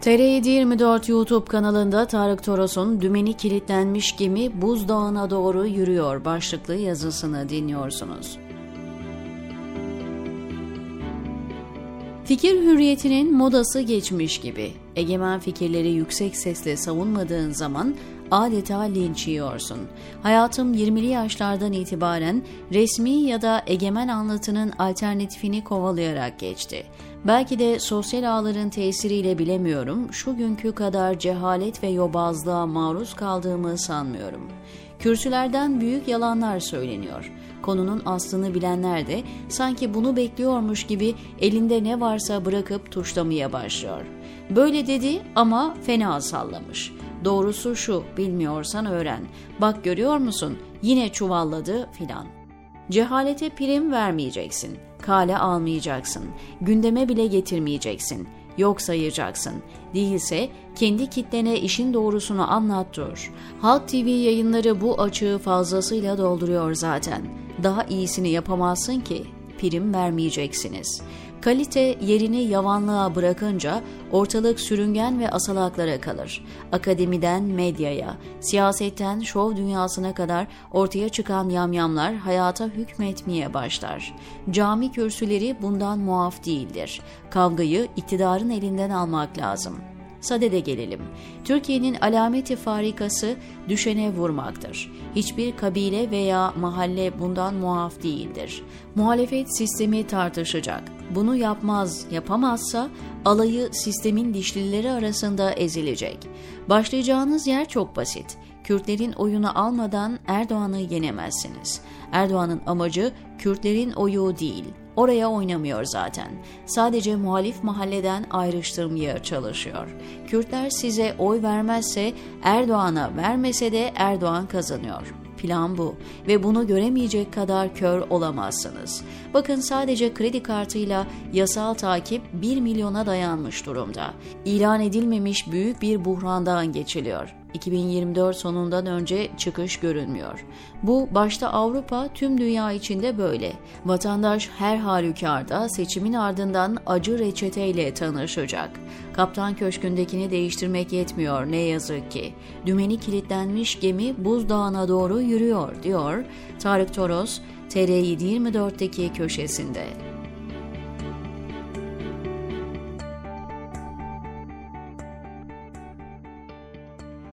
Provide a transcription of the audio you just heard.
TR724 YouTube kanalında Tarık Toros'un "Dümeni kilitlenmiş gemi buzdağına doğru yürüyor" başlıklı yazısını dinliyorsunuz. Fikir hürriyetinin modası geçmiş gibi. Egemen fikirleri yüksek sesle savunmadığın zaman adeta linç yiyorsun. Hayatım 20'li yaşlardan itibaren resmi ya da egemen anlatının alternatifini kovalayarak geçti. Belki de sosyal ağların tesiriyle bilemiyorum, şu günkü kadar cehalet ve yobazlığa maruz kaldığımı sanmıyorum. Kürsülerden büyük yalanlar söyleniyor. Konunun aslını bilenler de sanki bunu bekliyormuş gibi elinde ne varsa bırakıp tuşlamaya başlıyor. Böyle dedi ama fena sallamış. Doğrusu şu, bilmiyorsan öğren. Bak görüyor musun? Yine çuvalladı filan. Cehalete prim vermeyeceksin. Kale almayacaksın. Gündeme bile getirmeyeceksin. Yok sayacaksın. Değilse kendi kitlene işin doğrusunu anlat dur. Halk TV yayınları bu açığı fazlasıyla dolduruyor zaten. Daha iyisini yapamazsın ki. Prim vermeyeceksiniz. Kalite yerini yavanlığa bırakınca ortalık sürüngen ve asalaklara kalır. Akademiden medyaya, siyasetten şov dünyasına kadar ortaya çıkan yamyamlar hayata hükmetmeye başlar. Cami kürsüleri bundan muaf değildir. Kavgayı iktidarın elinden almak lazım. Sadede gelelim. Türkiye'nin alameti farikası düşene vurmaktır. Hiçbir kabile veya mahalle bundan muaf değildir. Muhalefet sistemi tartışacak. Bunu yapamazsa alayı sistemin dişlileri arasında ezilecek. Başlayacağınız yer çok basit. Kürtlerin oyunu almadan Erdoğan'ı yenemezsiniz. Erdoğan'ın amacı Kürtlerin oyu değil. Oraya oynamıyor zaten. Sadece muhalif mahalleden ayrıştırmaya çalışıyor. Kürtler size oy vermezse, Erdoğan'a vermese de Erdoğan kazanıyor. Plan bu ve bunu göremeyecek kadar kör olamazsınız. Bakın sadece kredi kartıyla yasal takip 1 milyona dayanmış durumda. İlan edilmemiş büyük bir buhrandan geçiliyor. 2024 sonundan önce çıkış görünmüyor. Bu başta Avrupa, tüm dünya içinde böyle. Vatandaş her halükarda seçimin ardından acı reçeteyle tanışacak. Kaptan Köşkü'ndekini değiştirmek yetmiyor ne yazık ki. Dümeni kilitlenmiş gemi buzdağına doğru yürüyor diyor Tarık Toros, TR724'teki köşesinde.